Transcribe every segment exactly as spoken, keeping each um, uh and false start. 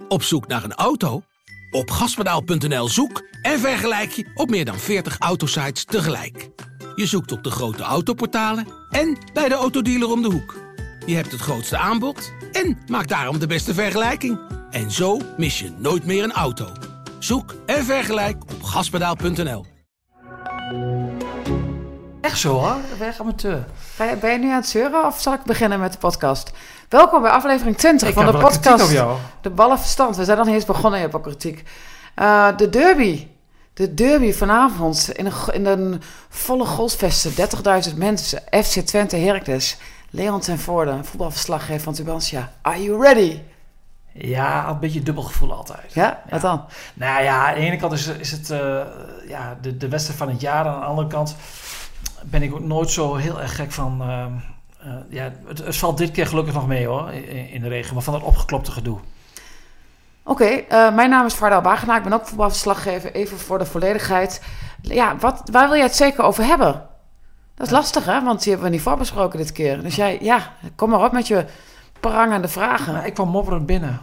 Op zoek naar een auto? Op gaspedaal punt n l zoek en vergelijk je op meer dan veertig autosites tegelijk. Je zoekt op de grote autoportalen en bij de autodealer om de hoek. Je hebt het grootste aanbod en maakt daarom de beste vergelijking. En zo mis je nooit meer een auto. Zoek en vergelijk op gaspedaal punt n l. Echt zo hoor, weg amateur. Ben je nu aan het zeuren of zal ik beginnen met de podcast? Welkom bij aflevering twintig ik van de podcast op jou. De Ballenverstand. We zijn nog niet eens begonnen, je hebt ook kritiek. Uh, de derby. De derby vanavond in een, in een volle golfvesten. dertigduizend mensen. F C Twente Heracles. Leon ten Voorde, voetbalverslaggever van Tubantia. Are you ready? Ja, een beetje dubbel gevoel altijd. Ja, wat ja. dan? Nou ja, aan de ene kant is, is het uh, ja, de, de wedstrijd van het jaar. Aan de andere kant ben ik ook nooit zo heel erg gek van... Uh, uh, ja, het, het valt dit keer gelukkig nog mee hoor, in, in de regen. Maar van dat opgeklopte gedoe. Oké, okay, uh, mijn naam is Vardel Bagenaar. Ik ben ook voetbalverslaggever. Even voor de volledigheid. Ja, wat, waar wil jij het zeker over hebben? Dat is ja. lastig hè, want die hebben we niet voorbesproken dit keer. Dus jij, ja, kom maar op met je prangende vragen. Nou, ik kwam mopperend binnen.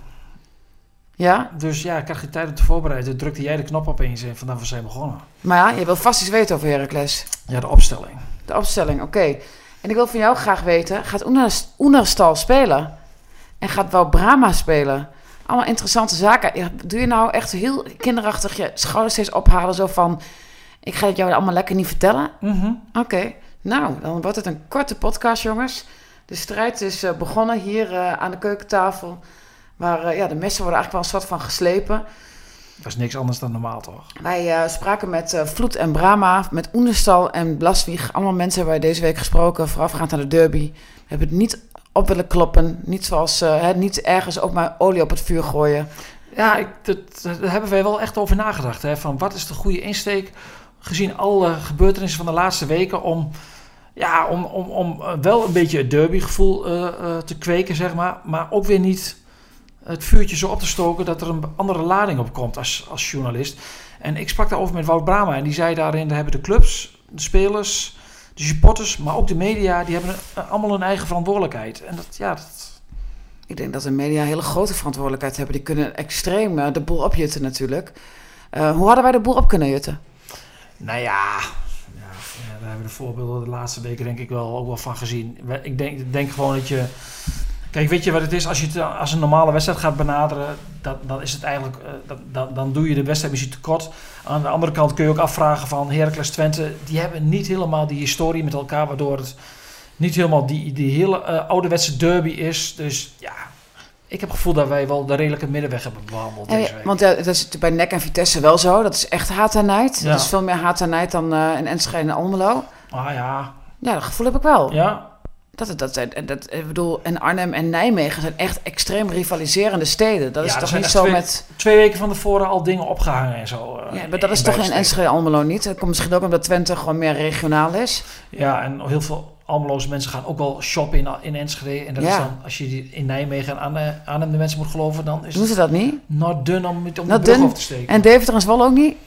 Ja? Dus ja, ik had geen tijd om te voorbereiden. Toen drukte jij de knop opeens en vanaf we zijn begonnen. Maar ja, je wil vast iets weten over Heracles. Ja, de opstelling. De opstelling, oké. Okay. En ik wil van jou graag weten, gaat Oenerstal spelen? En gaat Wout Brama spelen? Allemaal interessante zaken. Ja, doe je nou echt heel kinderachtig je schouders steeds ophalen, zo van... Ik ga het jou allemaal lekker niet vertellen? Mm-hmm. Oké, okay. Nou, dan wordt het een korte podcast, jongens. De strijd is uh, begonnen hier uh, aan de keukentafel... Waar uh, ja, de messen worden eigenlijk wel een soort van geslepen. Dat is niks anders dan normaal, toch? Wij uh, spraken met uh, Vloed en Brama, met Oenerstal en Blaswieg. Allemaal mensen hebben wij deze week gesproken, voorafgaand aan de derby. We hebben het niet op willen kloppen. Niet zoals, uh, hè, niet ergens ook maar olie op het vuur gooien. Ja, ik, dat, daar hebben wij wel echt over nagedacht. Hè, van wat is de goede insteek, gezien alle gebeurtenissen van de laatste weken... om, ja, om, om, om wel een beetje het derbygevoel uh, uh, te kweken, zeg maar. Maar ook weer niet... het vuurtje zo op te stoken dat er een andere lading op komt als, als journalist. En ik sprak daarover met Wout Brama en die zei daarin... daar hebben de clubs, de spelers, de supporters, maar ook de media... die hebben allemaal hun eigen verantwoordelijkheid. En dat, ja, dat... Ik denk dat de media een hele grote verantwoordelijkheid hebben. Die kunnen extreem uh, de boel opjutten natuurlijk. Uh, hoe hadden wij de boel op kunnen jutten? Nou ja... ja, daar hebben we de voorbeelden de laatste weken denk ik wel ook wel van gezien. Ik denk, ik denk gewoon dat je... Kijk, weet je wat het is? Als je het als een normale wedstrijd gaat benaderen, dat, dan is het eigenlijk, uh, dat, dat, dan doe je de wedstrijd misschien tekort. Aan de andere kant kun je ook afvragen van Heracles Twente, die hebben niet helemaal die historie met elkaar, waardoor het niet helemaal die, die hele uh, ouderwetse derby is. Dus ja, ik heb het gevoel dat wij wel de redelijke middenweg hebben bewandeld deze ja, week. Want ja, dat is bij N E C en Vitesse wel zo. Dat is echt haat en nijd. Ja. Dat is veel meer haat en nijd dan uh, in Enschede en Almelo. Ah ja. Ja, dat gevoel heb ik wel. Ja. Dat, dat, dat, dat, ik bedoel, en Arnhem en Nijmegen zijn echt extreem rivaliserende steden. Dat is ja, toch niet zo twee, met... Twee weken van tevoren al dingen opgehangen en zo. Uh, ja, maar dat is toch in Enschede Almelo niet? Dat komt misschien ook omdat Twente gewoon meer regionaal is. Ja, en heel veel Almeloze mensen gaan ook wel shoppen in, in Enschede. En dat ja. is dan, als je die in Nijmegen en Arnhem de mensen moet geloven, dan is Doen ze dat niet? not dun om, om de not brug dun. over te steken. En Deventer en Zwolle ook niet?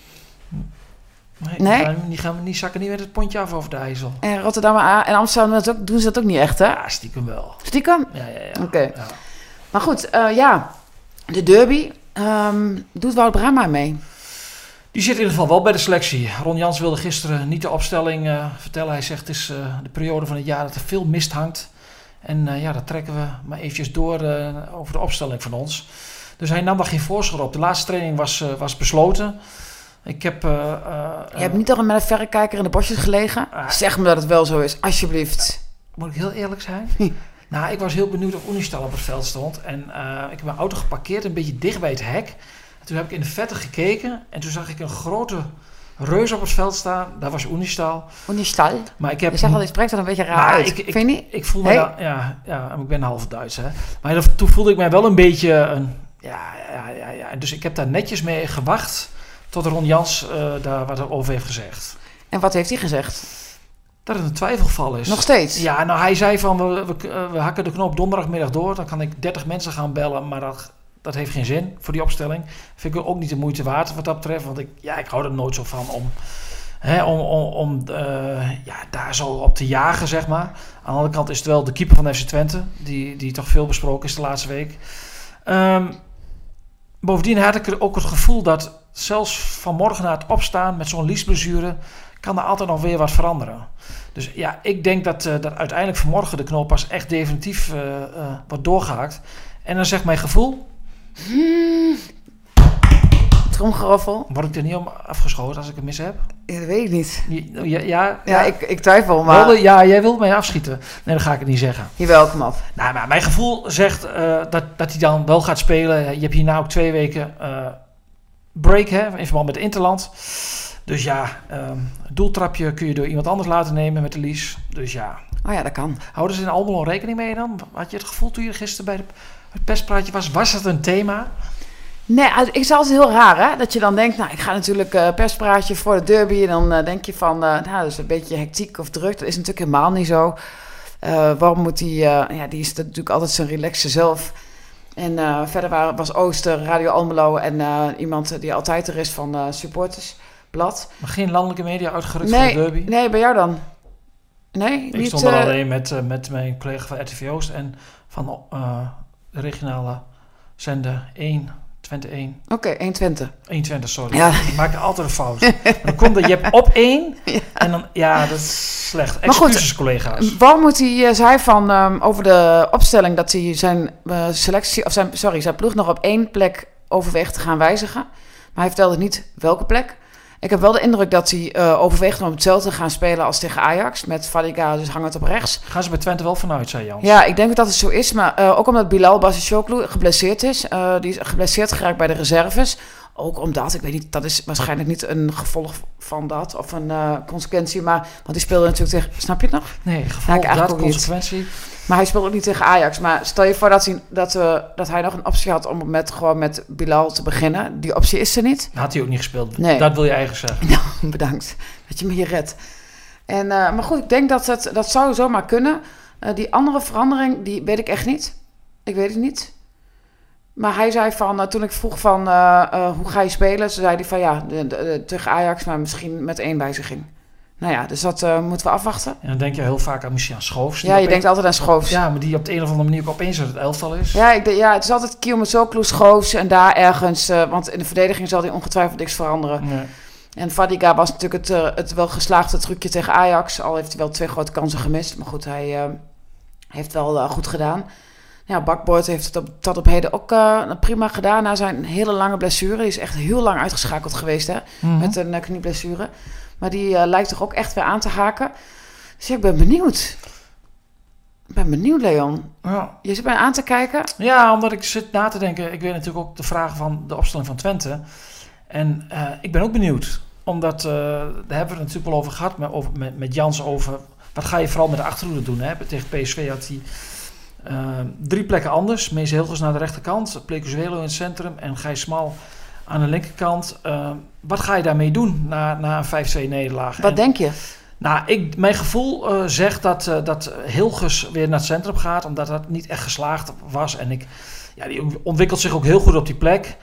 Nee, nee? Die, gaan, die, gaan, die zakken niet met het pontje af over de IJssel. En Rotterdam en Amsterdam dat ook, doen ze dat ook niet echt, hè? Ja, stiekem wel. Stiekem? Ja, ja, ja. Oké. Okay. Ja. Maar goed, uh, ja. De derby. Um, doet Wout Brama mee? Die zit in ieder geval wel bij de selectie. Ron Jans wilde gisteren niet de opstelling uh, vertellen. Hij zegt het is uh, de periode van het jaar dat er veel mist hangt. En uh, ja, dat trekken we maar eventjes door uh, over de opstelling van ons. Dus hij nam daar geen voorschot op. De laatste training was, uh, was besloten. Ik heb... Uh, uh, Je hebt niet al met een verrekijker in de bosjes gelegen? Uh, zeg me dat het wel zo is, alsjeblieft. Moet ik heel eerlijk zijn? Nou, ik was heel benieuwd of Oenerstal op het veld stond. En uh, ik heb mijn auto geparkeerd een beetje dicht bij het hek. En toen heb ik in de vette gekeken. En toen zag ik een grote reus op het veld staan. Daar was Oenerstal. Oenerstal? Maar ik heb... Je zegt al, je spreekt er een beetje raar nou, uit. Ik, ik, Vind je niet? Ik voel me... Hey. Da- ja, ja, ik ben half Duits, hè. Maar toen voelde ik mij wel een beetje... Een, ja, ja, ja, ja. Dus ik heb daar netjes mee gewacht... tot Ron Jans uh, daar wat over heeft gezegd. En wat heeft hij gezegd? Dat het een twijfelgeval is. Nog steeds? Ja, nou hij zei van we, we, we hakken de knop donderdagmiddag door. Dan kan ik dertig mensen gaan bellen, maar dat, dat heeft geen zin voor die opstelling. Vind ik ook niet de moeite waard wat dat betreft. Want ik, ja, ik hou er nooit zo van om, hè, om, om, om uh, ja, daar zo op te jagen, zeg maar. Aan de andere kant is het wel de keeper van F C Twente. Die, die toch veel besproken is de laatste week. Um, Bovendien had ik er ook het gevoel dat zelfs vanmorgen na het opstaan met zo'n liesblessure kan er altijd nog weer wat veranderen. Dus ja, ik denk dat, uh, dat uiteindelijk vanmorgen de knoop pas echt definitief uh, uh, wordt doorgehaakt. En dan zegt mijn gevoel... Hmm. Tromgeroffel. Word ik er niet om afgeschoten als ik het mis heb? Ja, dat weet ik niet. Ja, ja, ja, Ja, ik, ik twijfel, maar... Wilde, ja, jij wilt mij afschieten. Nee, dan ga ik het niet zeggen. Jawel, kom op. Nou, maar mijn gevoel zegt uh, dat, dat hij dan wel gaat spelen. Je hebt hierna ook twee weken uh, break, hè, in verband met het Interland. Dus ja, um, het doeltrapje kun je door iemand anders laten nemen met de lease. Dus ja. Oh ja, dat kan. Houden ze in Almelo rekening mee dan? Had je het gevoel toen je gisteren bij de, het perspraatje was? Was het een thema? Nee, ik is altijd heel raar, hè? Dat je dan denkt, nou, ik ga natuurlijk uh, perspraatje voor de derby. En dan uh, denk je van, uh, nou, dat is een beetje hectiek of druk. Dat is natuurlijk helemaal niet zo. Uh, waarom moet die, uh, ja, die is natuurlijk altijd zijn relaxe zelf. En uh, verder waren, was Ooster, Radio Almelo en uh, iemand die altijd er is van uh, Supportersblad. Maar geen landelijke media uitgerukt nee, voor de derby? Nee, bij jou dan? Nee, ik niet, stond er uh, alleen met, uh, met mijn collega van R T V Oost en van uh, de regionale zender één. Twente één. Oké, okay, één Twente. één Twente, sorry. Ja. Ik maak altijd een fout. Maar dan komt dat je hebt op één ja. En dan, ja, dat is slecht. Excuses, goed, collega's. Waarom moet hij, uh, zei van um, over de opstelling dat hij zijn uh, selectie, of zijn, sorry, zijn ploeg nog op één plek overweegt te gaan wijzigen. Maar hij vertelde niet welke plek. Ik heb wel de indruk dat hij uh, overweegt om hetzelfde te gaan spelen als tegen Ajax. Met Fadiga dus hangend op rechts. Gaan ze bij Twente wel vanuit, zei Jans. Ja, ik denk dat het zo is. Maar uh, ook omdat Bilal Bassishoglu geblesseerd is. Uh, die is geblesseerd geraakt bij de reserves. Ook omdat, ik weet niet, dat is waarschijnlijk niet een gevolg van dat. Of een uh, consequentie. Maar, want die speelde natuurlijk tegen, snap je het nog? Nee, gevolg nou, dat, consequentie. Niet. Maar hij speelde ook niet tegen Ajax. Maar stel je voor dat hij, dat, uh, dat hij nog een optie had om met, gewoon met Bilal te beginnen. Die optie is er niet. Had hij ook niet gespeeld. Nee. Dat wil je eigenlijk zeggen. Nou, bedankt dat je me hier redt. En, uh, maar goed, ik denk dat het, dat zou zomaar kunnen. Uh, die andere verandering, die weet ik echt niet. Ik weet het niet. Maar hij zei van, uh, toen ik vroeg van, uh, uh, hoe ga je spelen? Ze zei hij van, ja, de, de, de, tegen Ajax, maar misschien met één wijziging. Nou ja, dus dat uh, moeten we afwachten. En dan denk je heel vaak aan misschien aan Schoofs. Ja, je denkt altijd aan Schoofs. Ja, maar die op de een of andere manier ook opeens uit het elftal is. Ja, ik denk, ja, het is altijd Kiyomazoglu, Schoofs en daar ergens. Uh, want in de verdediging zal hij ongetwijfeld niks veranderen. Nee. En Fadiga was natuurlijk het, uh, het wel geslaagde trucje tegen Ajax. Al heeft hij wel twee grote kansen gemist. Maar goed, hij uh, heeft wel uh, goed gedaan. Ja, Bakboord heeft het op, tot op heden ook uh, prima gedaan. Na zijn hele lange blessure. Hij is echt heel lang uitgeschakeld geweest, hè. Mm-hmm. Met een uh, knieblessure. Maar die uh, lijkt toch ook echt weer aan te haken. Dus ja, ik ben benieuwd. Ik ben benieuwd, Leon. Ja. Je zit mij aan te kijken. Ja, omdat ik zit na te denken. Ik weet natuurlijk ook de vragen van de opstelling van Twente. En uh, ik ben ook benieuwd. Omdat, uh, daar hebben we het natuurlijk wel over gehad. Met, over, met, met Jans over, wat ga je vooral met de achterhoede doen? Hè? Tegen P S V had hij uh, drie plekken anders. Mees Hilgers naar de rechterkant. Plecuzuelo in het centrum. En Gijs Smal aan de linkerkant. Uh, wat ga je daarmee doen na, na een vijf twee nederlaag? Wat en, denk je? Nou, ik, mijn gevoel uh, zegt dat, uh, dat Hilgers weer naar het centrum gaat. Omdat dat niet echt geslaagd was. En ik, ja, die ontwikkelt zich ook heel goed op die plek.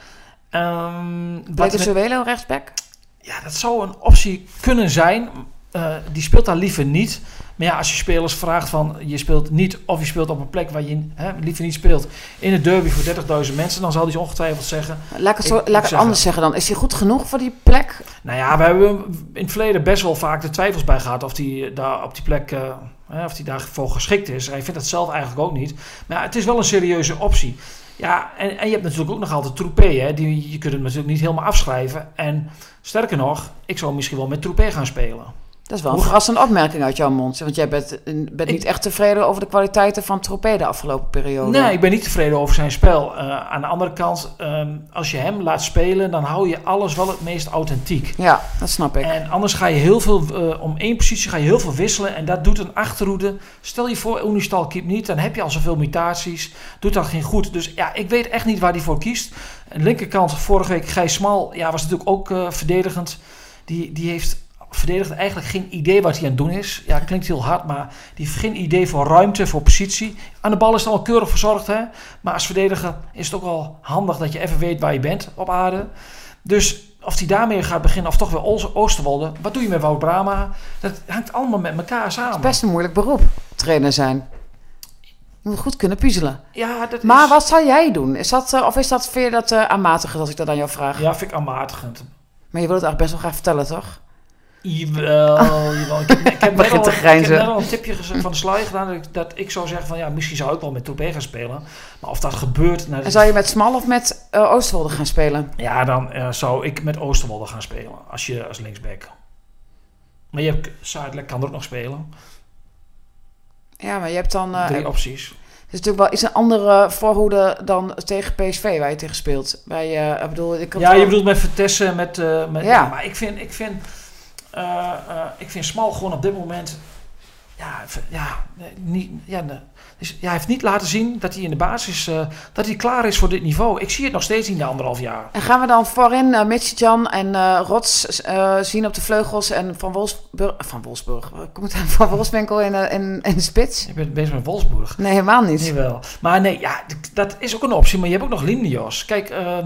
Um, Plecuzuelo rechtsback? Ja, dat zou een optie kunnen zijn. Uh, die speelt daar liever niet. Maar ja, als je spelers vraagt van je speelt niet of je speelt op een plek waar je hè, liever niet speelt in een derby voor dertigduizend mensen, dan zal hij ongetwijfeld zeggen. Laat ik het, zo, ik, laat ik het anders zeggen dan. Is hij goed genoeg voor die plek? Nou ja, we hebben in het verleden best wel vaak de twijfels bij gehad of hij daar op die plek uh, hè, of hij daarvoor geschikt is. Hij vindt dat zelf eigenlijk ook niet. Maar ja, het is wel een serieuze optie. Ja, en, en je hebt natuurlijk ook nog altijd Troepé, hè. Die, je kunt hem natuurlijk niet helemaal afschrijven. En sterker nog, ik zou misschien wel met Troepé gaan spelen. Dat is wel een Hoe... verrassende opmerking uit jouw mond. Want jij bent, bent ik... niet echt tevreden over de kwaliteiten van Troepé de afgelopen periode. Nee, ik ben niet tevreden over zijn spel. Uh, aan de andere kant, um, als je hem laat spelen, dan hou je alles wel het meest authentiek. Ja, dat snap ik. En anders ga je heel veel, uh, om één positie ga je heel veel wisselen. En dat doet een achterhoede. Stel je voor, Unistal keept niet, dan heb je al zoveel mutaties. Doet dat geen goed. Dus ja, ik weet echt niet waar hij voor kiest. Aan de linkerkant, vorige week Gijs Smal, ja, was natuurlijk ook uh, verdedigend. Die, die heeft... verdedigt eigenlijk geen idee wat hij aan het doen is. Ja, klinkt heel hard, maar die heeft geen idee voor ruimte, voor positie. Aan de bal is het allemaal keurig verzorgd, hè. Maar als verdediger is het ook wel handig dat je even weet waar je bent op aarde. Dus of hij daarmee gaat beginnen of toch weer Oosterwolde. Wat doe je met Wout Brama? Dat hangt allemaal met elkaar samen. Het is best een moeilijk beroep, trainer zijn. Je moet goed kunnen puzzelen. Ja, dat Maar is... wat zou jij doen? Is dat, uh, of is dat vind je dat uh, aanmatigend als ik dat aan jou vraag? Ja, vind ik aanmatigend. Maar je wilt het eigenlijk best wel graag vertellen, toch? Jawel, jawel. Ik heb, ik heb, net, al, te ik heb grijnzen. net al een tipje gezegd van de sluier gedaan. Dat ik, dat ik zou zeggen van ja, misschien zou ik wel met Toupé gaan spelen. Maar of dat gebeurt... Nou, En zou je met Smal of met uh, Oosterwolde gaan spelen? Ja, dan uh, zou ik met Oosterwolde gaan spelen. Als je als linksback. Maar je hebt Zuidelijk kan er ook nog spelen. Ja, maar je hebt dan... Uh, Drie opties. Het is natuurlijk wel iets een andere voorhoede dan tegen P S V waar je tegen speelt. Bij, uh, ik bedoel, ik Ja, wel... je bedoelt met Vitesse, met... Uh, met Ja. ja. Maar ik vind... Ik vind Uh, uh, ik vind Smal gewoon op dit moment... Ja, ja, niet, ja, nee. Dus, ja, hij heeft niet laten zien dat hij in de basis... Uh, dat hij klaar is voor dit niveau. Ik zie het nog steeds in de anderhalf jaar. En gaan we dan voorin uh, Mitchell en uh, Rots uh, zien op de vleugels en Van Wolfsburg... Van Wolfsburg? Komt het Van Wolfswinkel in, uh, in, in de spits? Je bent bezig met Wolfsburg. Nee, helemaal niet. Nee, wel. Maar nee, ja, d- dat is ook een optie. Maar je hebt ook nog Limnios. Kijk, uh,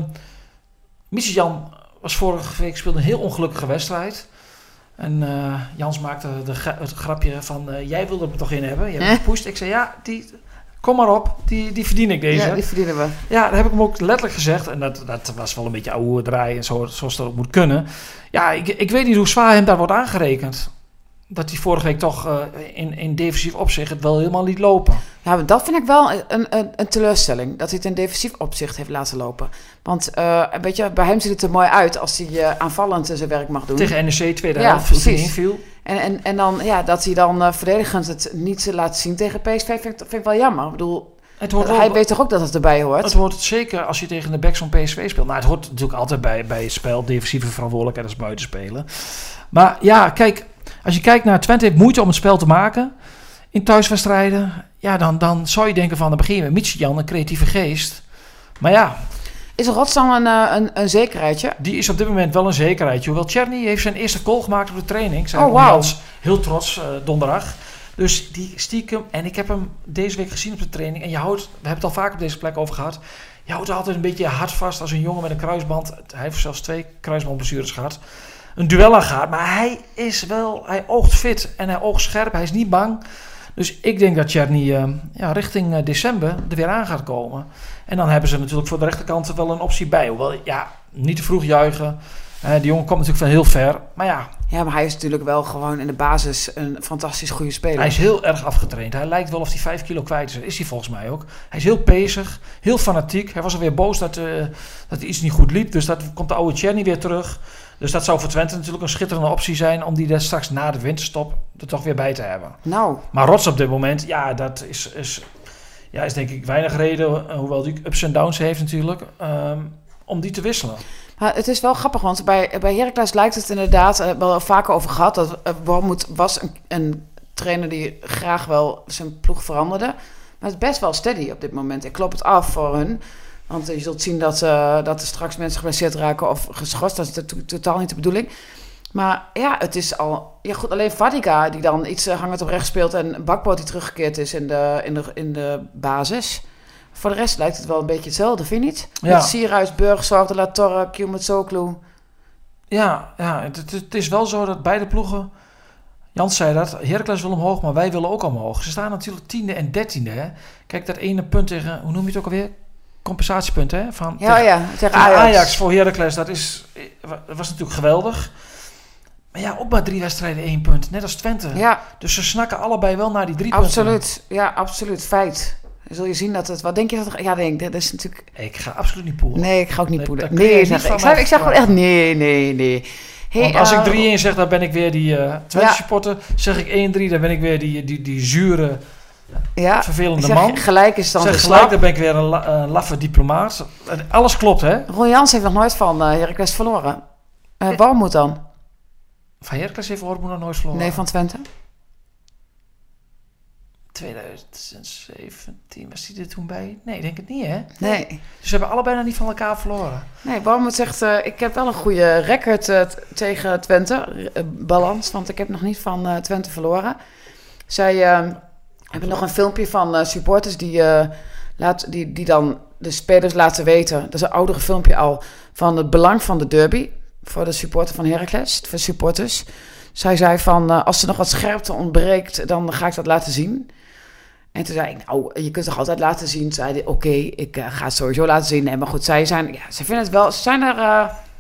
Mitchell was vorige week... speelde een heel ongelukkige wedstrijd... En uh, Jans maakte de gra- het grapje van... Uh, jij wilde hem toch in hebben? Je hebt hem gepusht. Ik zei, ja, die, kom maar op. Die, die verdien ik deze. Ja, die verdienen we. Ja, dat heb ik hem ook letterlijk gezegd. En dat, dat was wel een beetje ouwe draai en zo, zoals dat ook moet kunnen. Ja, ik, ik weet niet hoe zwaar hem daar wordt aangerekend. Dat hij vorige week toch uh, in, in defensief opzicht het wel helemaal liet lopen. Ja, maar dat vind ik wel een, een, een teleurstelling. Dat hij het in defensief opzicht heeft laten lopen. Want uh, weet je, bij hem ziet het er mooi uit als hij uh, aanvallend zijn werk mag doen. Tegen N E C tweede Ja, helft viel hij precies. inviel. En, en, en dan, ja, dat hij dan uh, verdedigend het niet laat zien tegen P S V vind ik, vind ik wel jammer. Ik bedoel, Het hoort hij wel, weet toch ook dat het erbij hoort? het hoort zeker als je tegen de backs van P S V speelt. Nou, het hoort natuurlijk altijd bij, bij het spel. Defensieve verantwoordelijkheid als buitenspelen. Maar ja, kijk, als je kijkt naar Twente heeft moeite om het spel te maken in thuiswedstrijden. Ja, dan, dan zou je denken van, dan begin je met Mitchell, een creatieve geest. Maar ja, Is Rots dan een, uh, een, een zekerheidje? die is op dit moment wel een zekerheidje. Hoewel Tjerny heeft zijn eerste goal gemaakt op de training. Zijn Oh, wauw. Jans heel trots uh, donderdag. Dus die stiekem, en ik heb hem deze week gezien op de training. En je houdt, we hebben het al vaak op deze plek over gehad. Je houdt altijd een beetje je hart vast als een jongen met een kruisband. Hij heeft zelfs twee kruisbandblessures gehad. Een duel aangaat. Maar hij is wel, hij oogt fit en hij oogt scherp. Hij is niet bang. Dus ik denk dat Tjerny uh, ja, richting uh, december er weer aan gaat komen. En dan hebben ze natuurlijk voor de rechterkant wel een optie bij. Hoewel, ja, niet te vroeg juichen. Uh, die jongen komt natuurlijk van heel ver. Maar ja, Ja, maar hij is natuurlijk wel gewoon in de basis een fantastisch goede speler. hij is heel erg afgetraind. Hij lijkt wel of hij vijf kilo kwijt is. Dat is hij volgens mij ook. Hij is heel pezig, heel fanatiek. Hij was alweer boos dat, uh, dat iets niet goed liep. Dus dat komt de oude Tjerny weer terug. Dus dat zou voor Twente natuurlijk een schitterende optie zijn... om die er straks na de winterstop er toch weer bij te hebben. Nou, Maar Rots op dit moment, ja, dat is, is, ja, is denk ik weinig reden... Uh, hoewel die ups en downs heeft natuurlijk... Um, om die te wisselen. maar het is wel grappig, want bij, bij Heracles lijkt het inderdaad uh, wel vaker over gehad. Dat uh, Wormoed was een, een trainer die graag wel zijn ploeg veranderde. Maar het is best wel steady op dit moment. Ik klop het af voor hun. Want uh, je zult zien dat, uh, dat er straks mensen geblesseerd raken of geschorst. Dat is to- to- totaal niet de bedoeling. Maar ja, het is al... Ja goed, alleen Fadiga die dan iets uh, hangend op rechts speelt... en Bakpo die teruggekeerd is in de, in, de, in de basis. Voor de rest lijkt het wel een beetje hetzelfde, vind je niet? Ja. Met Sierhuis, Burgzorg, De La Torre, Kiyometsoglu. Ja, ja het, het, het is wel zo dat beide ploegen... Jans zei dat, Heracles wil omhoog, maar wij willen ook omhoog. Ze staan natuurlijk tiende en dertiende. Hè? Kijk, dat ene punt tegen... Hoe noem je het ook alweer? Compensatiepunt, hè? Van, Ja, tegen, ja, tegen tegen Ajax. Ajax voor Heracles, dat is, dat was natuurlijk geweldig. Maar ja, ook maar drie wedstrijden één punt. Net als Twente. Ja, Dus ze snakken allebei wel naar die drie punten. absoluut. Ja, absoluut. Feit. Dan zul je zien dat het... Wat denk je dat er... Ja, denk, dat is natuurlijk... Ik ga absoluut niet poelen. Nee, ik ga ook niet Nee, poelen. dat kun je Nee, niet zeg, van ik, mij zeg, ik zeg gewoon echt verwachten. nee, nee, nee. Hey, Want als uh, ik drie één zeg, dan ben ik weer die uh, Twente Ja. supporter. Zeg ik één drie, dan ben ik weer die, die, die zure, ja, vervelende ik zeg, man. gelijk is dan Zeg de gelijk, slap. dan ben ik weer een la, uh, laffe diplomaat. En alles klopt, hè? Ron Jans heeft nog nooit van uh, Heracles verloren. Uh, Waarom moet dan? Van Heracles heeft Orbo nog nooit verloren. Nee, van Twente. twintig zeventien, was hij er toen bij? Nee, ik denk het niet, hè? Nee. Dus ze hebben allebei nog niet van elkaar verloren. Nee, Warmoed zegt, uh, ik heb wel een goede record uh, t- tegen Twente. Uh, balans, want ik heb nog niet van uh, Twente verloren. Zij uh, hebben nog een filmpje van uh, supporters die, uh, laat, die, die dan de spelers laten weten. Dat is een oudere filmpje al. Van het belang van de derby. Voor de supporter van Heracles. Voor supporters. Zij zei van, uh, als er nog wat scherpte ontbreekt, dan ga ik dat laten zien. En toen zei ik, nou, je kunt toch altijd laten zien. Zei hij, oké, okay, ik uh, ga het sowieso laten zien. Nee, maar goed, zij zijn, ja, ze vinden het wel, ze zijn er, uh,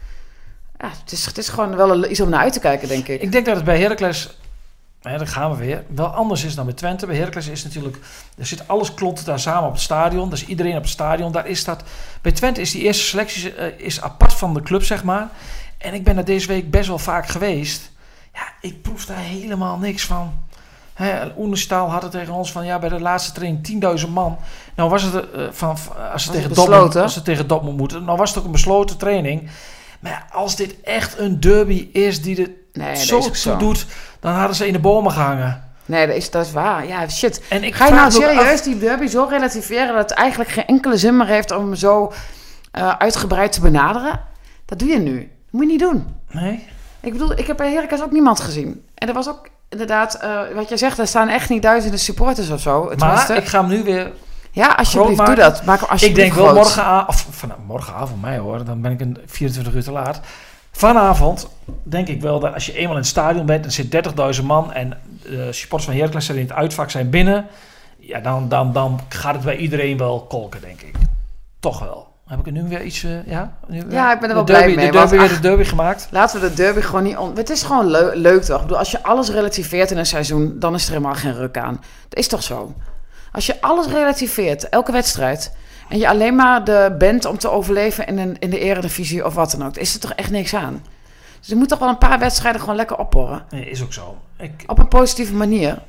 ja, het is, het is gewoon wel iets om naar uit te kijken, denk ik. Ik denk dat het bij Heracles, ja, daar gaan we weer, wel anders is dan bij Twente. Bij Heracles is natuurlijk, er zit alles klopt daar samen op het stadion. Dus iedereen op het stadion, daar is dat. Bij Twente is die eerste selectie uh, is apart van de club, zeg maar. En ik ben er deze week best wel vaak geweest. Ja, ik proef daar helemaal niks van. Oenestal had het tegen ons van, ja, bij de laatste training tienduizend man. Nou was het, uh, van, als ze tegen Dortmund, als ze tegen Dortmund moeten, nou was het ook een besloten training. Maar als dit echt een derby is die het nee, zo toe zo. doet, dan hadden ze in de bomen gehangen. Nee, dat is, dat is waar. Ja, shit. En ik Ga je nou serieus af... die derby zo relativeren dat het eigenlijk geen enkele zin meer heeft om hem zo uh, uitgebreid te benaderen? Dat doe je nu. Dat moet je niet doen. Nee. Ik bedoel, ik heb bij Heracles ook niemand gezien. En er was ook inderdaad, uh, wat jij zegt, er staan echt niet duizenden supporters of zo. Maar tenminste. Ik ga hem nu weer... Ja, alsjeblieft, doe dat. Maak hem alsjeblieft Ik denk wel morgenavond, of van, morgenavond mij hoor, dan ben ik een vierentwintig uur te laat. Vanavond denk ik wel dat als je eenmaal in het stadion bent en er zit dertigduizend man en de supporters van Heracles in het uitvak zijn binnen, ja, dan, dan, dan gaat het bij iedereen wel kolken, denk ik. Toch wel. Heb ik er nu weer iets... Uh, ja, nu, ja, ik ben er wel derby, blij mee. De derby weer de derby gemaakt. Laten we de derby gewoon niet... On- het is gewoon leu- leuk toch? Ik bedoel, als je alles relativeert in een seizoen, dan is er helemaal geen ruk aan. Dat is toch zo? Als je alles relativeert, elke wedstrijd, en je alleen maar de bent om te overleven in, een, in de eredivisie of wat dan ook, dan is er toch echt niks aan. Dus er moet toch wel een paar wedstrijden gewoon lekker opporren. Nee, is ook zo. Ik... Op een positieve manier.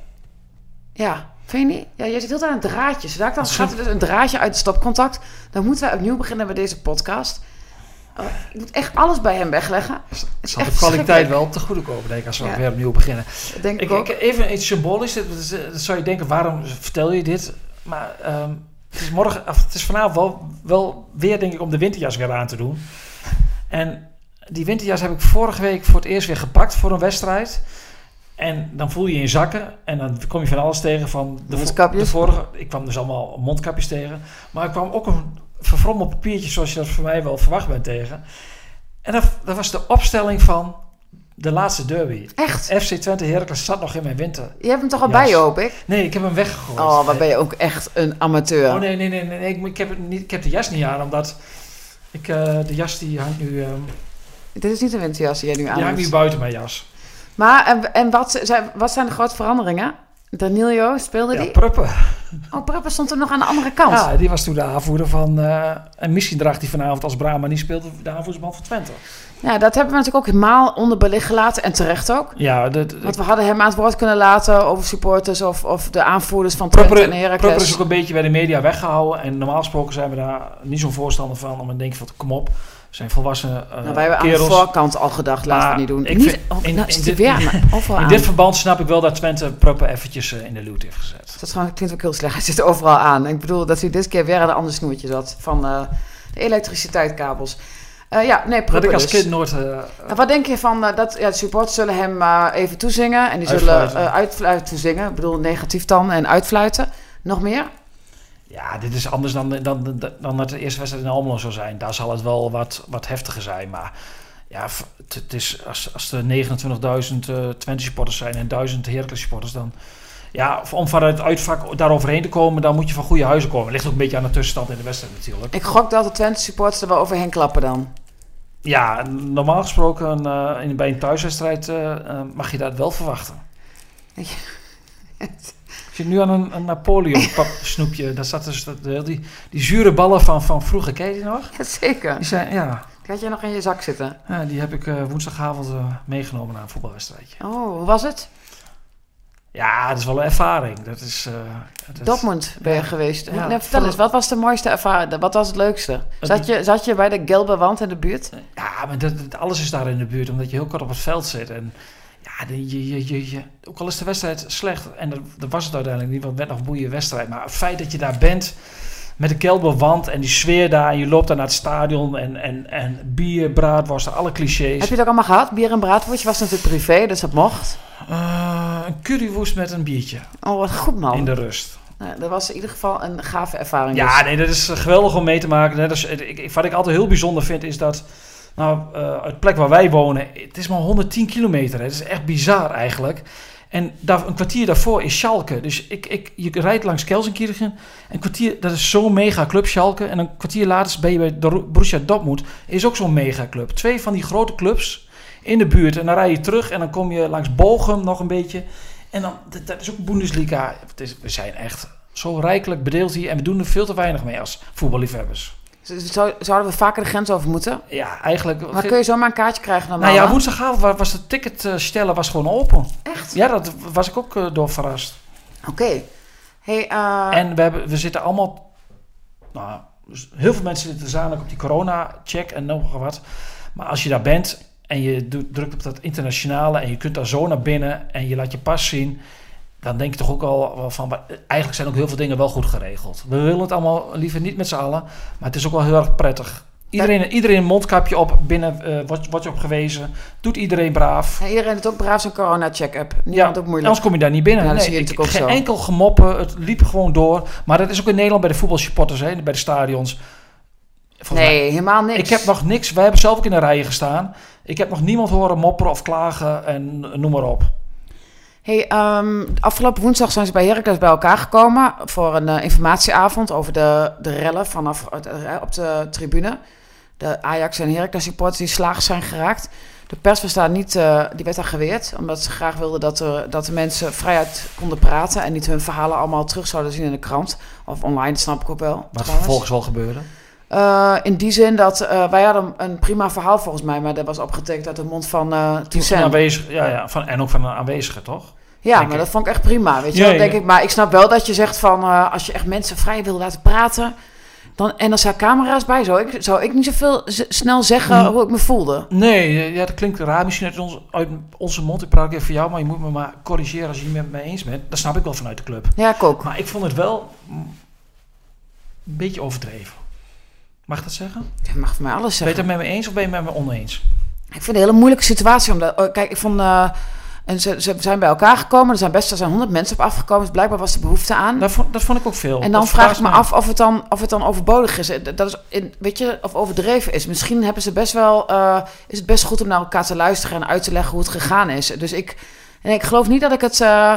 Ja. Vind je niet? Ja, je zit heel aan een draadje. Zodra dan gaat er dus een draadje uit het stopcontact. Dan moeten wij opnieuw beginnen met deze podcast. Uh, ik moet echt alles bij hem wegleggen. Het is zal de kwaliteit wel te goede komen, denk ik, als we ja. weer opnieuw beginnen. Denk ik, ik, ook. ik even iets symbolisch. Dat, dat zou je denken, waarom vertel je dit? Maar um, het is morgen, of het is vanavond wel, wel weer, denk ik, om de winterjas weer aan te doen. En die winterjas heb ik vorige week voor het eerst weer gepakt voor een wedstrijd. En dan voel je je in zakken en dan kom je van alles tegen van de, vo- de vorige. Ik kwam dus allemaal mondkapjes tegen. Maar ik kwam ook een verfrommeld papiertje zoals je dat voor mij wel verwacht bent tegen. En dat, dat was de opstelling van de laatste derby. Echt? F C Twente Heracles zat nog in mijn winter. Je hebt hem toch al bij je, hoop ik? Nee, ik heb hem weggegooid. Oh, waar ben je ook echt een amateur. Oh nee, nee, nee. nee, nee. Ik, ik, heb het niet, ik heb de jas niet aan, omdat ik, uh, de jas die hangt nu... Um, Dit is niet de winterjas die jij nu aan Die hangt nu buiten mijn jas. Maar, en, en wat, zijn, wat zijn de grote veranderingen? Danilo, speelde die? Ja, Pruppen. Oh, Pruppen stond er nog aan de andere kant. Ja, die was toen de aanvoerder van... Uh, en misschien draagt hij vanavond als Brahma niet speelde de aanvoerdersband van Twente. Ja, dat hebben we natuurlijk ook helemaal onderbelicht gelaten. En terecht ook. Ja, de, de, Want we hadden hem aan het woord kunnen laten over supporters of, of de aanvoerders van Twente Prupper, en Heracles. Prupper is ook een beetje bij de media weggehouden. En normaal gesproken zijn we daar niet zo'n voorstander van. Om te denken van, kom op. We zijn volwassen uh, nou, wij hebben kerels. Aan de voorkant al gedacht, laten we het niet doen. Ik niet, vind, oh, in, nou, in, dit, weer, in dit verband snap ik wel dat Twente Prupper eventjes uh, in de loot heeft gezet. Dat gewoon, klinkt ook heel slecht. Hij zit overal aan. Ik bedoel dat hij dit keer weer aan een ander snoertje zat. Van uh, de elektriciteitkabels. Uh, ja, nee, Prupper dat ik als dus. kind nooit... Uh, uh, wat denk je van uh, dat ja, de supporters zullen hem uh, even toezingen. En die uitfluiten. zullen uh, uitfluiten toezingen. Ik bedoel negatief dan en uitfluiten. Nog meer? Ja, dit is anders dan, dan, dan, dan dat de eerste wedstrijd in Almelo zou zijn. Daar zal het wel wat, wat heftiger zijn. Maar ja, het, het is, als, als er negenentwintigduizend uh, Twente supporters zijn en duizend Heracles supporters, dan... Ja, om vanuit het uitvak daar overheen te komen, dan moet je van goede huizen komen. Het ligt ook een beetje aan de tussenstand in de wedstrijd natuurlijk. Ik gok dat de Twente supporters er wel overheen klappen dan. Ja, normaal gesproken uh, in, bij een thuiswedstrijd uh, uh, mag je dat wel verwachten. Ik zit nu aan een, een Napoleon snoepje. Daar zat dus dat, die, die zure ballen van, van vroeger. Ken je die nog? Jazeker. Die zijn, ja. Die had je nog in je zak zitten. Ja, die heb ik uh, woensdagavond uh, meegenomen naar een voetbalwedstrijdje. Oh, hoe was het? Ja, dat is wel een ervaring. Dat is, uh, dat Dortmund ben je ja, geweest. Ja, nee, vertel van, eens, wat was de mooiste ervaring? Wat was het leukste? Zat je, zat je bij de gelbe wand in de buurt? Ja, maar dat, dat, alles is daar in de buurt, omdat je heel kort op het veld zit. En ja, je, je, je, je, ook al is de wedstrijd slecht, en dat, dat was het uiteindelijk niet, want het werd nog een boeiende wedstrijd. Maar het feit dat je daar bent, met de gelbe wand en die sfeer daar, en je loopt daar naar het stadion en, en, en bier, braadworsten, alle clichés. Heb je dat allemaal gehad? Bier en braadworst? Je was natuurlijk privé, dus dat mocht. Uh, een currywoest met een biertje. Oh, wat goed man. In de rust. Nou, dat was in ieder geval een gave ervaring. Ja, dus. nee, dat is geweldig om mee te maken. Net als, ik, wat ik altijd heel bijzonder vind is dat, nou, uh, uit de plek waar wij wonen, het is maar honderdtien kilometer. Hè. Het is echt bizar eigenlijk. En daar, een kwartier daarvoor is Schalke. Dus ik, ik, je rijdt langs Gelsenkirchen. Een kwartier, dat is zo'n mega club, Schalke. En een kwartier later ben je bij Borussia Dortmund. Is ook zo'n mega club. Twee van die grote clubs in de buurt. En dan rij je terug en dan kom je langs Bochum nog een beetje. En dan, dat, dat is ook Bundesliga. Het is, we zijn echt zo rijkelijk bedeeld hier. En we doen er veel te weinig mee als voetballiefhebbers. Zou, zouden we vaker de grens over moeten? Ja, eigenlijk... Maar kun je zomaar een kaartje krijgen normaal? Nou ja, woensdagavond was de ticket uh, stellen was gewoon open. Echt? Ja, dat was ik ook uh, door verrast. Oké. Okay. Hey, uh... En we, hebben, we zitten allemaal... Nou, dus heel veel mensen zitten zadelijk op die corona-check en nog wat. Maar als je daar bent en je doet, drukt op dat internationale en je kunt daar zo naar binnen en je laat je pas zien, dan denk je toch ook al van, eigenlijk zijn ook heel veel dingen wel goed geregeld. We willen het allemaal liever niet met z'n allen, maar het is ook wel heel erg prettig. Iedereen, iedereen een mondkapje op, binnen uh, wordt, wordt je op gewezen. Doet iedereen braaf. Ja, iedereen doet ook braaf zo'n corona-check-up. Niemand ja, ook moeilijk. Anders kom je daar niet binnen. Ja, nee, ik, geen zo. enkel gemoppen, het liep gewoon door. Maar dat is ook in Nederland bij de voetbalsupporters, hè, bij de stadions. Volgens nee, mij, helemaal niks. Ik heb nog niks, wij hebben zelf ook in de rijen gestaan. Ik heb nog niemand horen mopperen of klagen en noem maar op. Hey, um, afgelopen woensdag zijn ze bij Heracles bij elkaar gekomen voor een uh, informatieavond over de, de rellen vanaf uh, op de tribune. De Ajax en Heracles supporters die slaags zijn geraakt. De pers was daar niet, uh, die werd daar geweerd, omdat ze graag wilden dat, er, dat de mensen vrijuit konden praten en niet hun verhalen allemaal terug zouden zien in de krant. Of online, dat snap ik ook wel. Wat vervolgens wel gebeurde. Uh, in die zin dat uh, wij hadden een prima verhaal volgens mij, maar dat was opgetekend uit de mond van uh, Toussaint. Aanwezig, ja, ja, van, en ook van een aanwezige, toch? Ja, denk maar ik. Dat vond ik echt prima, weet je ja, wel, denk ja. ik. Maar ik snap wel dat je zegt van, uh, als je echt mensen vrij wil laten praten, dan, en er staan camera's bij, zou ik, zou ik niet zoveel z- snel zeggen mm. hoe ik me voelde. Nee, ja, dat klinkt raar misschien uit, ons, uit onze mond. Ik praat ook even voor jou, maar je moet me maar corrigeren als je het met me eens bent. Dat snap ik wel vanuit de club. Ja, ik ook. Maar ik vond het wel een beetje overdreven. Mag ik dat zeggen? Je mag voor mij alles zeggen. Ben je het met me eens of ben je het met me oneens? Ik vind het een hele moeilijke situatie. Omdat, oh, kijk, ik vond... Uh, en ze, ze zijn bij elkaar gekomen. Er zijn best er zijn honderd mensen op afgekomen. Dus blijkbaar was de behoefte aan. Dat vond, dat vond ik ook veel. En dan dat vraag ik me af of het dan, of het dan overbodig is. Dat is in, weet je, of overdreven is. Misschien hebben ze best wel... Uh, is het best goed om naar elkaar te luisteren en uit te leggen hoe het gegaan is. Dus ik, en ik geloof niet dat ik het... Uh,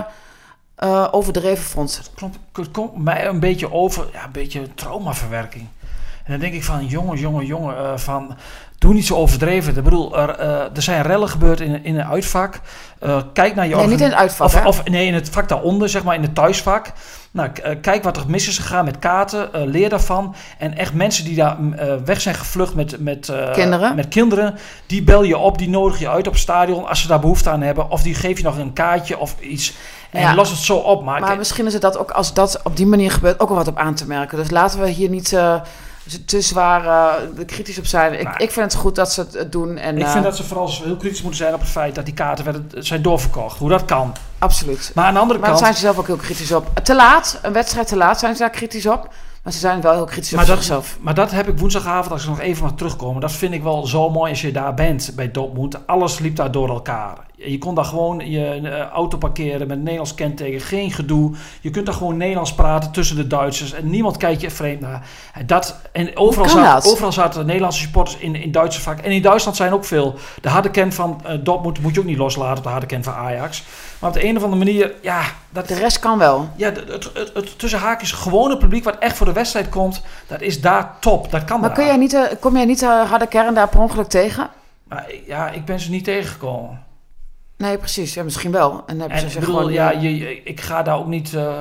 uh, overdreven vond. Het komt, het komt mij een beetje over... Ja, een beetje traumaverwerking. En dan denk ik van, jongen, jongen, jongen, uh, van... Doe niet zo overdreven. Ik bedoel, er, uh, er zijn rellen gebeurd in, in een uitvak. Uh, kijk naar je... Nee, organ- niet in het uitvak, of, hè? Of nee, in het vak daaronder, zeg maar, in het thuisvak. Nou, k- uh, kijk wat er mis is gegaan met kaarten. Uh, leer daarvan. En echt mensen die daar uh, weg zijn gevlucht met, met, uh, kinderen. met kinderen. Die bel je op, die nodig je uit op het stadion als ze daar behoefte aan hebben. Of die geef je nog een kaartje of iets... En ja, los het zo op. Maar, maar misschien is het dat ook, als dat op die manier gebeurt, ook wel wat op aan te merken. Dus laten we hier niet... Uh, te zwaar uh, kritisch op zijn. Ik, ik vind het goed dat ze het doen. En, ik uh, vind dat ze vooral heel kritisch moeten zijn op het feit dat die kaarten werden, zijn doorverkocht. Hoe dat kan. Absoluut. Maar aan de andere maar kant... daar zijn ze zelf ook heel kritisch op. Te laat, een wedstrijd te laat zijn ze daar kritisch op. Maar ze zijn wel heel kritisch maar op dat, zichzelf. Maar dat heb ik woensdagavond, als ik nog even mag terugkomen. Dat vind ik wel zo mooi als je daar bent bij Dortmund. Alles liep daar door elkaar. Je kon daar gewoon je uh, auto parkeren met een Nederlands kenteken. Geen gedoe. Je kunt daar gewoon Nederlands praten tussen de Duitsers. En niemand kijkt je vreemd naar. En, dat, en overal, zaten, overal zaten Nederlandse supporters in, in Duitse vak. En in Duitsland zijn ook veel. De harde kern van uh, Dortmund moet je ook niet loslaten op de harde kern van Ajax. Maar op de een of andere manier... Ja, dat, de rest kan wel. Ja, het, het, het, het tussen haakjes gewone publiek wat echt voor de wedstrijd komt. Dat is daar top. Dat kan maar kun jij niet, uh, kom jij niet de uh, harde kern daar per ongeluk tegen? Maar, ja, ik ben ze niet tegengekomen. Nee, precies. Ja, misschien wel. En, en ik bedoel, gewoon, ja, je, ik ga daar ook niet... Uh, uh, uh,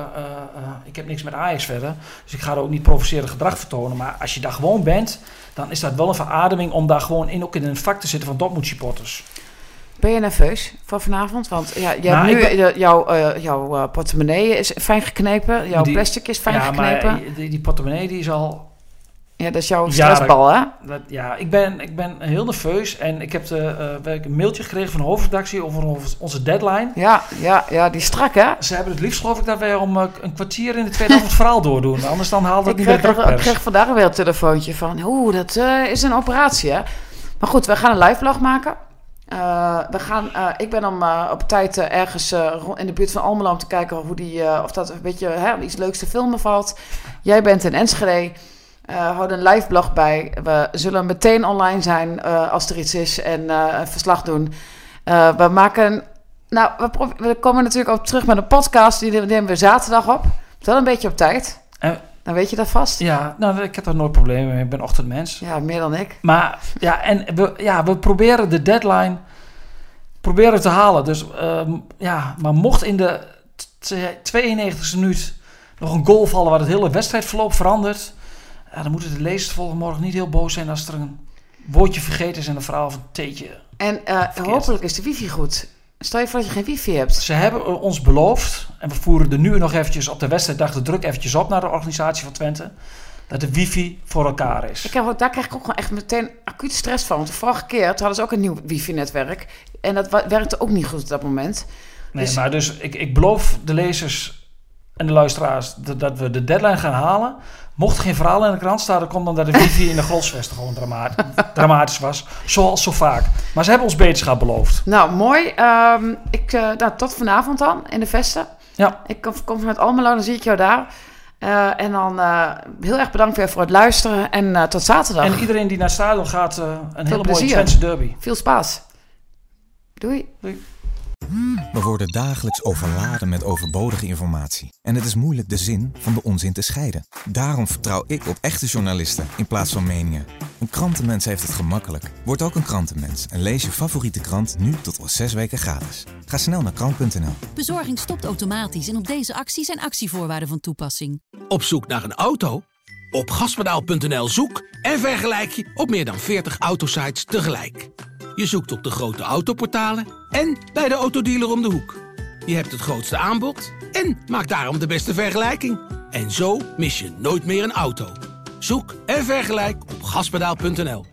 ik heb niks met Ajax verder. Dus ik ga daar ook niet provocerend gedrag vertonen. Maar als je daar gewoon bent, dan is dat wel een verademing om daar gewoon in, ook in een vak te zitten van Dortmund supporters. Ben je nerveus voor vanavond? Want ja, jij nou, hebt nu, ben... jouw, uh, jouw uh, portemonnee is fijn geknepen. Jouw die, plastic is fijn ja, geknepen. Maar die, die portemonnee die is al... Ja, dat is jouw stressbal, hè? Dat, ja, ik ben, ik ben heel nerveus. En ik heb de, uh, een mailtje gekregen van de hoofdredactie over onze deadline. Ja, ja, ja, die is strak, hè? Ze hebben het liefst, geloof ik, dat wij om uh, een kwartier in de tweede helft het verhaal doordoen. Anders dan haalt het niet bij de drukpers. Ik kreeg vandaag weer een telefoontje van... Oeh, dat uh, is een operatie, hè? Maar goed, we gaan een live vlog maken. Uh, we gaan, uh, ik ben om uh, op tijd uh, ergens uh, in de buurt van Almelo om te kijken hoe die, uh, of dat een beetje hè, iets leuks te filmen valt. Jij bent in Enschede. Uh, houden een live blog bij. We zullen meteen online zijn uh, als er iets is en uh, een verslag doen. Uh, we maken Nou, we, pro- we komen natuurlijk op terug met een podcast. Die nemen we zaterdag op. Wel een beetje op tijd. En, Dan weet je dat vast. ja, nou, ik heb daar nooit problemen mee. Ik ben ochtendmens. Ja, meer dan ik. Maar ja, en we, ja, we proberen de deadline proberen te halen. Dus uh, ja, maar mocht in de t- tweeënnegentigste minuut nog een goal vallen waar het hele wedstrijdverloop verandert, ja, dan moeten de lezers volgende morgen niet heel boos zijn als er een woordje vergeten is in een verhaal of een theetje. En uh, hopelijk is de wifi goed. Stel je voor dat je geen wifi hebt. Ze hebben ons beloofd, en we voeren er nu nog eventjes op de wedstrijddag de druk eventjes op naar de organisatie van Twente, dat de wifi voor elkaar is. Ik heb, ook- daar krijg ik ook gewoon echt meteen acuut stress van. Want de vorige keer toen hadden ze ook een nieuw wifi-netwerk. En dat wa- werkte ook niet goed op dat moment. Nee, Dus- maar dus ik, ik beloof de lezers en de luisteraars dat, dat we de deadline gaan halen. Mocht er geen verhaal in de krant staan, dan komt dan dat de wifi in de Grolsvesten gewoon drama- dramatisch was. Zoals zo vaak. Maar ze hebben ons beterschap beloofd. Nou, mooi. Ehm, ik, uh, nou, tot vanavond dan, in de Vesten. Ja. Ik kom, kom vanuit Almelo, dan zie ik jou daar. Uh, en dan uh, heel erg bedankt weer voor het luisteren. En uh, tot zaterdag. En iedereen die naar het stadion gaat, uh, een hele mooie plezier. Twentse derby. Veel spaas. Doei. Doei. We worden dagelijks overladen met overbodige informatie. En het is moeilijk de zin van de onzin te scheiden. Daarom vertrouw ik op echte journalisten in plaats van meningen. Een krantenmens heeft het gemakkelijk. Word ook een krantenmens en lees je favoriete krant nu tot al zes weken gratis. Ga snel naar krant punt n l. Bezorging stopt automatisch en op deze actie zijn actievoorwaarden van toepassing. Op zoek naar een auto? Op gaspedaal punt n l zoek en vergelijk je op meer dan veertig autosites tegelijk. Je zoekt op de grote autoportalen en bij de autodealer om de hoek. Je hebt het grootste aanbod en maakt daarom de beste vergelijking. En zo mis je nooit meer een auto. Zoek en vergelijk op gaspedaal punt n l.